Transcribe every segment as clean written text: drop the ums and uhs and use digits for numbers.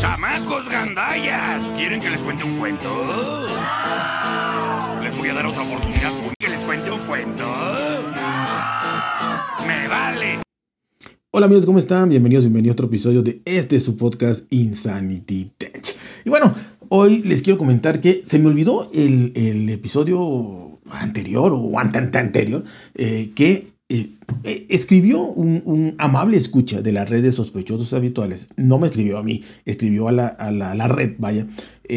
¡Chamacos gandallas! ¿Quieren que les cuente un cuento? Les voy a dar otra oportunidad que les cuente un cuento. ¡Me vale! Hola amigos, ¿cómo están? Bienvenidos a otro episodio de su podcast Insanity Tech. Y bueno, hoy les quiero comentar que se me olvidó el episodio anterior o anterior que escribió un amable escucha de la red de sospechosos habituales. No me escribió a mí, escribió a la red, vaya,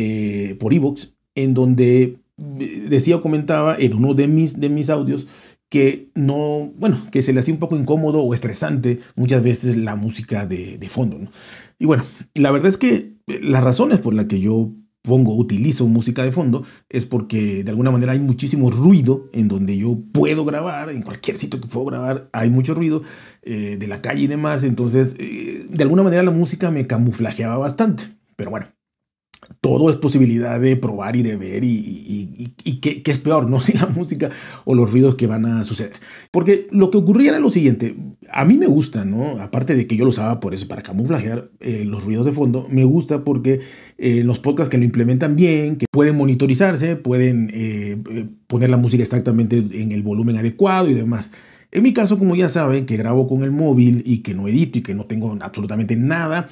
por iVoox, en donde decía o comentaba en uno de mis audios que no, bueno, que se le hacía un poco incómodo o estresante muchas veces la música de fondo, ¿no? Y bueno, la verdad es que las razones por las que yo utilizo música de fondo es porque de alguna manera hay muchísimo ruido en donde yo puedo grabar, en cualquier sitio que puedo grabar hay mucho ruido de la calle y demás, entonces de alguna manera la música me camuflajeaba bastante, pero bueno. Todo es posibilidad de probar y de ver y qué es peor, ¿no? Si la música o los ruidos que van a suceder. Porque lo que ocurría era lo siguiente. A mí me gusta, ¿no? Aparte de que yo lo usaba por eso, para camuflajear los ruidos de fondo, me gusta porque los podcasts que lo implementan bien, que pueden monitorizarse, pueden poner la música exactamente en el volumen adecuado y demás. En mi caso, como ya saben, que grabo con el móvil y que no edito y que no tengo absolutamente nada,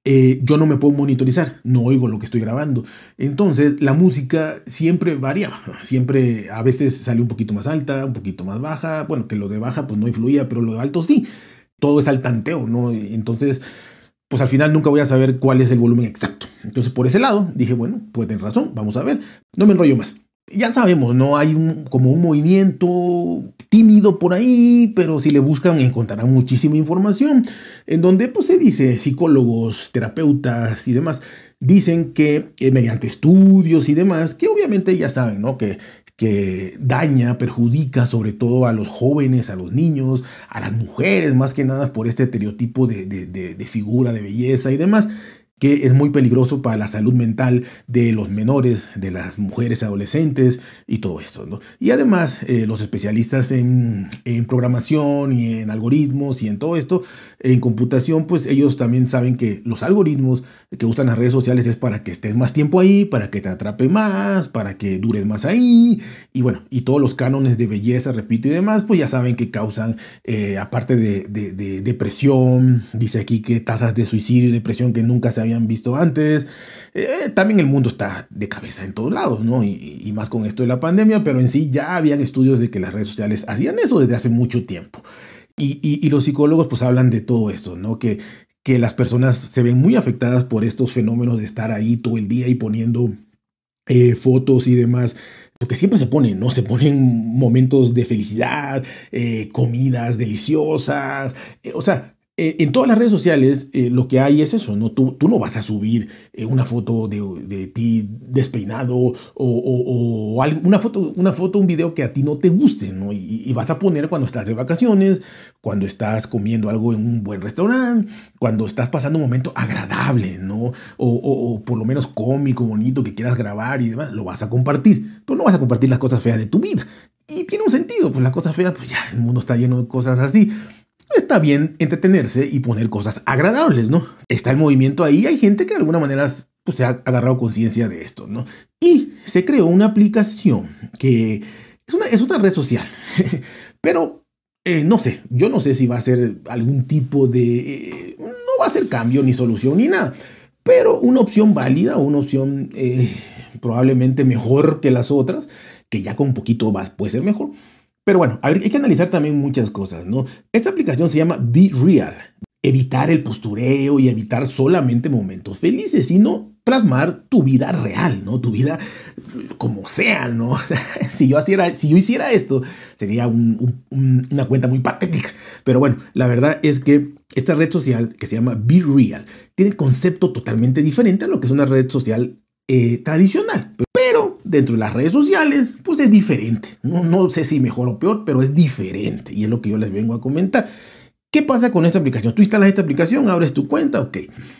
yo no me puedo monitorizar, no oigo lo que estoy grabando. Entonces la música siempre varía, siempre a veces sale un poquito más alta, un poquito más baja. Bueno, que lo de baja pues no influía, pero lo de alto sí. Todo es al tanteo, ¿no? Entonces, pues al final nunca voy a saber cuál es el volumen exacto. Entonces por ese lado dije, bueno, pues tener razón, vamos a ver. No me enrollo más. Ya sabemos, ¿no? Hay como un movimiento tímido por ahí, pero si le buscan encontrarán muchísima información en donde pues se dice, psicólogos, terapeutas y demás, dicen que mediante estudios y demás, que obviamente ya saben, ¿no? Que daña, perjudica sobre todo a los jóvenes, a los niños, a las mujeres más que nada por este estereotipo de figura, de belleza y demás, que es muy peligroso para la salud mental de los menores, de las mujeres adolescentes y todo esto, ¿no? Y además los especialistas en programación y en algoritmos y en todo esto, en computación, pues ellos también saben que los algoritmos que usan las redes sociales es para que estés más tiempo ahí, para que te atrape más, para que dures más ahí, y bueno, y todos los cánones de belleza, repito, y demás, pues ya saben que causan, aparte de depresión, dice aquí que tasas de suicidio y depresión que nunca se habían visto antes. También el mundo está de cabeza en todos lados, ¿no? Y más con esto de la pandemia, pero en sí ya habían estudios de que las redes sociales hacían eso desde hace mucho tiempo. Y los psicólogos pues hablan de todo esto, ¿no? Que las personas se ven muy afectadas por estos fenómenos de estar ahí todo el día y poniendo fotos y demás. Porque siempre se ponen, ¿no? Se ponen momentos de felicidad, comidas deliciosas, o sea, en todas las redes sociales lo que hay es eso, ¿no? Tú no vas a subir una foto de ti despeinado o una foto, un video que a ti no te guste, ¿no? Y vas a poner cuando estás de vacaciones, cuando estás comiendo algo en un buen restaurante, cuando estás pasando un momento agradable, ¿no? O por lo menos cómico, bonito, que quieras grabar y demás, lo vas a compartir. Pero no vas a compartir las cosas feas de tu vida. Y tiene un sentido, pues las cosas feas, pues ya, el mundo está lleno de cosas así. Está bien entretenerse y poner cosas agradables, ¿no? Está el movimiento ahí, hay gente que de alguna manera pues, se ha agarrado conciencia de esto, ¿no? Y se creó una aplicación que es una red social, pero no sé, yo no sé si va a ser algún tipo de... no va a ser cambio ni solución ni nada, pero una opción válida, una opción probablemente mejor que las otras, que ya con un poquito más puede ser mejor. Pero bueno, hay que analizar también muchas cosas, ¿no? Esta aplicación se llama Be Real. Evitar el postureo y evitar solamente momentos felices, sino plasmar tu vida real, ¿no? Tu vida como sea, ¿no? Si yo hiciera esto, sería una cuenta muy patética. Pero bueno, la verdad es que esta red social que se llama Be Real tiene un concepto totalmente diferente a lo que es una red social tradicional. Pero dentro de las redes sociales, pues es diferente. No sé si mejor o peor, pero es diferente. Y es lo que yo les vengo a comentar. ¿Qué pasa con esta aplicación? Tú instalas esta aplicación, abres tu cuenta, ok.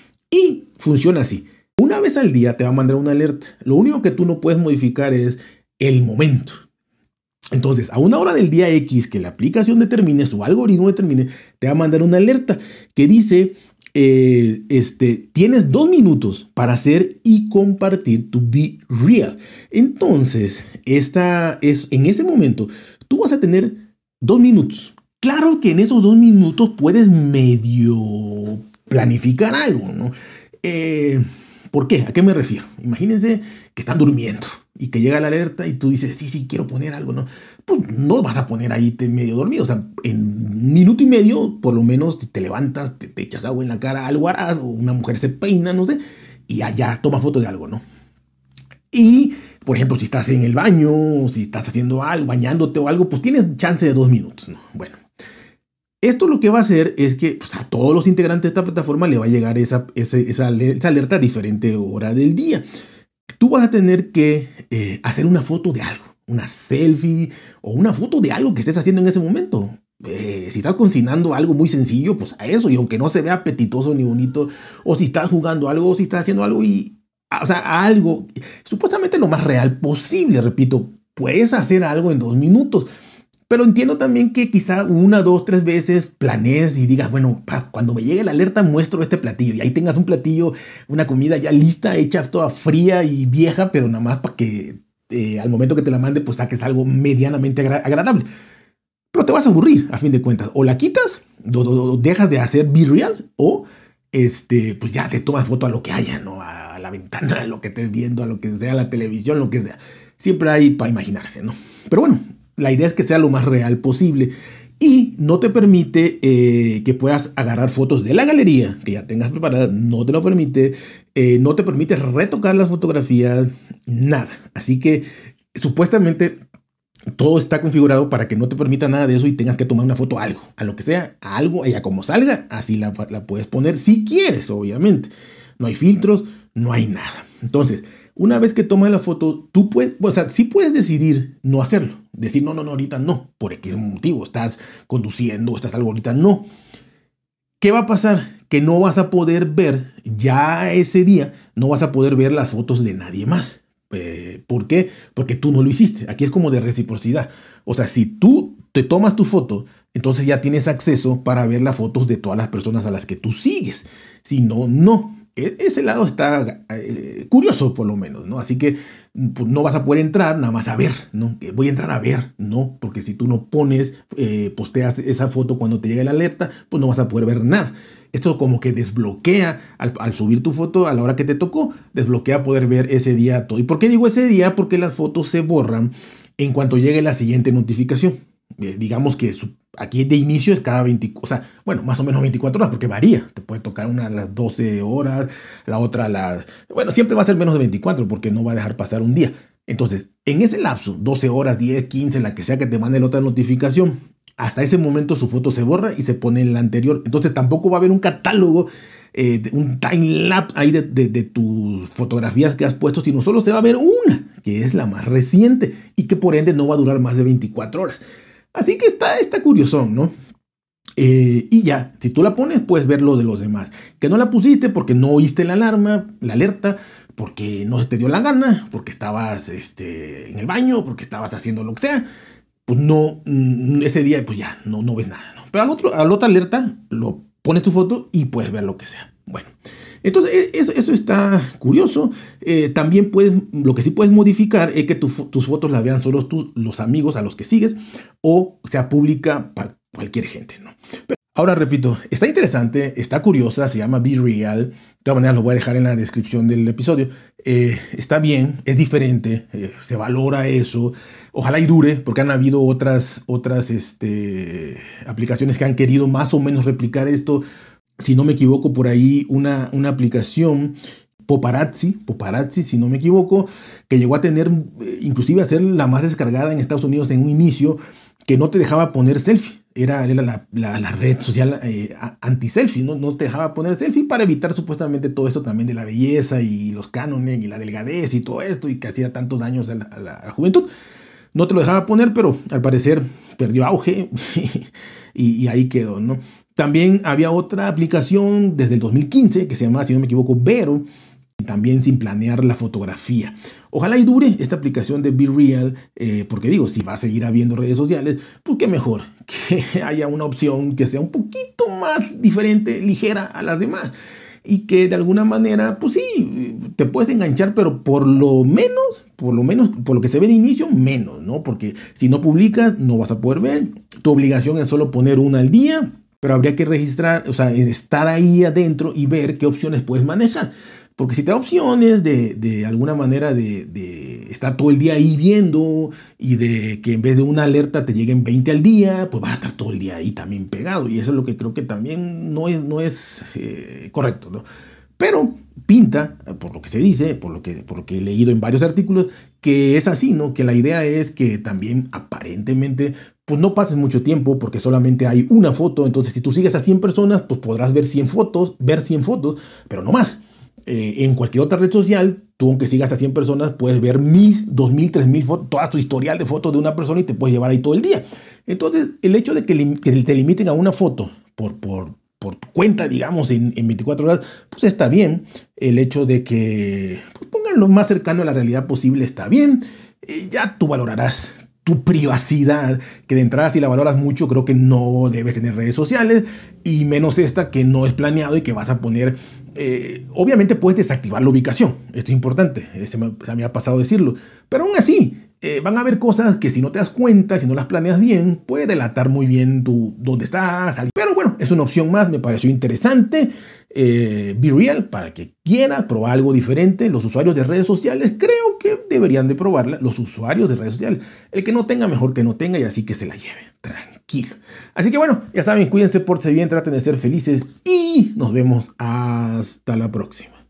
Y funciona así. Una vez al día te va a mandar una alerta. Lo único que tú no puedes modificar es el momento. Entonces, a una hora del día X que la aplicación determine, su algoritmo determine, te va a mandar una alerta que dice tienes 2 minutos para hacer y compartir tu Be Real. Entonces, en ese momento, tú vas a tener 2 minutos. Claro que en esos 2 minutos puedes medio planificar algo, ¿no? ¿Por qué? ¿A qué me refiero? Imagínense que están durmiendo y que llega la alerta y tú dices, sí, quiero poner algo, ¿no? Pues no vas a poner ahí medio dormido. O sea, en 1 minuto y medio, por lo menos te levantas, te echas agua en la cara, algo harás, o una mujer se peina, no sé, y allá toma foto de algo, ¿no? Y, por ejemplo, si estás en el baño, o si estás haciendo algo, bañándote o algo, pues tienes chance de 2 minutos, ¿no? Bueno. Esto lo que va a hacer es que pues, a todos los integrantes de esta plataforma le va a llegar esa alerta a diferente hora del día. Tú vas a tener que hacer una foto de algo, una selfie o una foto de algo que estés haciendo en ese momento. Si estás cocinando algo muy sencillo, pues a eso, y aunque no se vea apetitoso ni bonito, o si estás jugando algo, o si estás haciendo algo algo supuestamente lo más real posible, repito, puedes hacer algo en 2 minutos. Pero entiendo también que quizá 1, 2, 3 veces planees y digas, bueno, cuando me llegue la alerta muestro este platillo. Y ahí tengas un platillo, una comida ya lista, hecha toda fría y vieja, pero nada más para que al momento que te la mande, pues saques algo medianamente agradable. Pero te vas a aburrir, a fin de cuentas. O la quitas, dejas de hacer Be Real, o pues ya te tomas foto a lo que haya, ¿no? A la ventana, a lo que estés viendo, a lo que sea, a la televisión, lo que sea. Siempre hay para imaginarse, ¿no? Pero bueno, la idea es que sea lo más real posible y no te permite que puedas agarrar fotos de la galería que ya tengas preparadas, no te lo permite, no te permite retocar las fotografías, nada. Así que supuestamente todo está configurado para que no te permita nada de eso y tengas que tomar una foto a algo, a lo que sea, a algo, ella como salga, así la puedes poner si quieres, obviamente. No hay filtros, no hay nada. Entonces, una vez que tomas la foto, tú puedes, o sea, sí puedes decidir no hacerlo. Decir, no, ahorita no, por X motivo, estás conduciendo, estás algo, ahorita no. ¿Qué va a pasar? Que no vas a poder ver, ya ese día, no vas a poder ver las fotos de nadie más. ¿Por qué? Porque tú no lo hiciste. Aquí es como de reciprocidad. O sea, si tú te tomas tu foto, entonces ya tienes acceso para ver las fotos de todas las personas a las que tú sigues. Si no, no. Ese lado está curioso, por lo menos, ¿no? Así que pues, no vas a poder entrar nada más a ver, ¿no? Voy a entrar a ver, ¿no? Porque si tú no posteas esa foto cuando te llegue la alerta, pues no vas a poder ver nada. Esto como que desbloquea, al subir tu foto a la hora que te tocó, desbloquea poder ver ese día todo. ¿Y por qué digo ese día? Porque las fotos se borran en cuanto llegue la siguiente notificación. Digamos que aquí de inicio es cada 24, o sea, bueno, más o menos 24 horas, porque varía. Te puede tocar una a las 12 horas, la otra a las... Bueno, siempre va a ser menos de 24 porque no va a dejar pasar un día. Entonces, en ese lapso, 12 horas, 10, 15, la que sea que te mande la otra notificación, hasta ese momento su foto se borra y se pone en la anterior. Entonces tampoco va a haber un catálogo, un time-lapse ahí de tus fotografías que has puesto, sino solo se va a ver una, que es la más reciente y que por ende no va a durar más de 24 horas. Así que está curiosón, ¿no? Y ya, si tú la pones, puedes ver lo de los demás. Que no la pusiste porque no oíste la alarma, la alerta, porque no se te dio la gana, porque estabas en el baño, porque estabas haciendo lo que sea. Pues no, ese día pues ya no ves nada, ¿no? Pero a la otra alerta lo pones tu foto y puedes ver lo que sea. Bueno, entonces eso está curioso. También lo que sí puedes modificar es que tus fotos las vean solo los amigos a los que sigues o sea pública para cualquier gente, ¿no? Pero ahora repito, está interesante, está curiosa, se llama Be Real. De todas maneras lo voy a dejar en la descripción del episodio. Está bien, es diferente, se valora eso. Ojalá y dure, porque han habido otras aplicaciones que han querido más o menos replicar esto. Si no me equivoco, por ahí una aplicación, Paparazzi, si no me equivoco, que llegó a tener, inclusive a ser la más descargada en Estados Unidos en un inicio, que no te dejaba poner selfie. Era la red social anti-selfie, ¿no? No te dejaba poner selfie para evitar supuestamente todo esto también de la belleza y los cánones y la delgadez y todo esto y que hacía tantos daños a la juventud. No te lo dejaba poner, pero al parecer perdió auge y ahí quedó, ¿no? También había otra aplicación desde el 2015 que se llamaba, si no me equivoco, Vero, también sin planear la fotografía. Ojalá y dure esta aplicación de Be Real, porque digo, si va a seguir habiendo redes sociales, pues qué mejor que haya una opción que sea un poquito más diferente, ligera a las demás. Y que de alguna manera, pues sí, te puedes enganchar, pero por lo menos, por lo que se ve de inicio, menos, ¿no? Porque si no publicas, no vas a poder ver. Tu obligación es solo poner una al día, pero habría que registrar, o sea, estar ahí adentro y ver qué opciones puedes manejar. Porque si te da opciones de alguna manera de estar todo el día ahí viendo y de que en vez de una alerta te lleguen 20 al día, pues vas a estar todo el día ahí también pegado. Y eso es lo que creo que también no es correcto, ¿no? Pero pinta, por lo que se dice, por lo que he leído en varios artículos, que es así, ¿no? Que la idea es que también aparentemente pues no pases mucho tiempo porque solamente hay una foto. Entonces si tú sigues a 100 personas, pues podrás ver 100 fotos, pero no más. En cualquier otra red social, tú aunque sigas a 100 personas, puedes ver 1000, 2000, 3000 fotos, toda tu historial de fotos de una persona y te puedes llevar ahí todo el día. Entonces, el hecho de que te limiten a una foto por tu cuenta, digamos, en 24 horas, pues está bien. El hecho de que pues, pongan lo más cercano a la realidad posible está bien. Ya tú valorarás tu privacidad, que de entrada si la valoras mucho, creo que no debes tener redes sociales, y menos esta que no es planeado y que vas a poner. Obviamente puedes desactivar la ubicación, esto es importante, se me ha pasado decirlo, pero aún así van a haber cosas que si no te das cuenta, si no las planeas bien, puede delatar muy bien dónde estás. Pero bueno, es una opción más, me pareció interesante. Be Real, para que quiera probar algo diferente, los usuarios de redes sociales creo que deberían de probarla, los usuarios de redes sociales. El que no tenga, mejor que no tenga, y así que se la lleve, tranquilo. Así que bueno, ya saben, cuídense, pórtense bien, traten de ser felices y nos vemos hasta la próxima.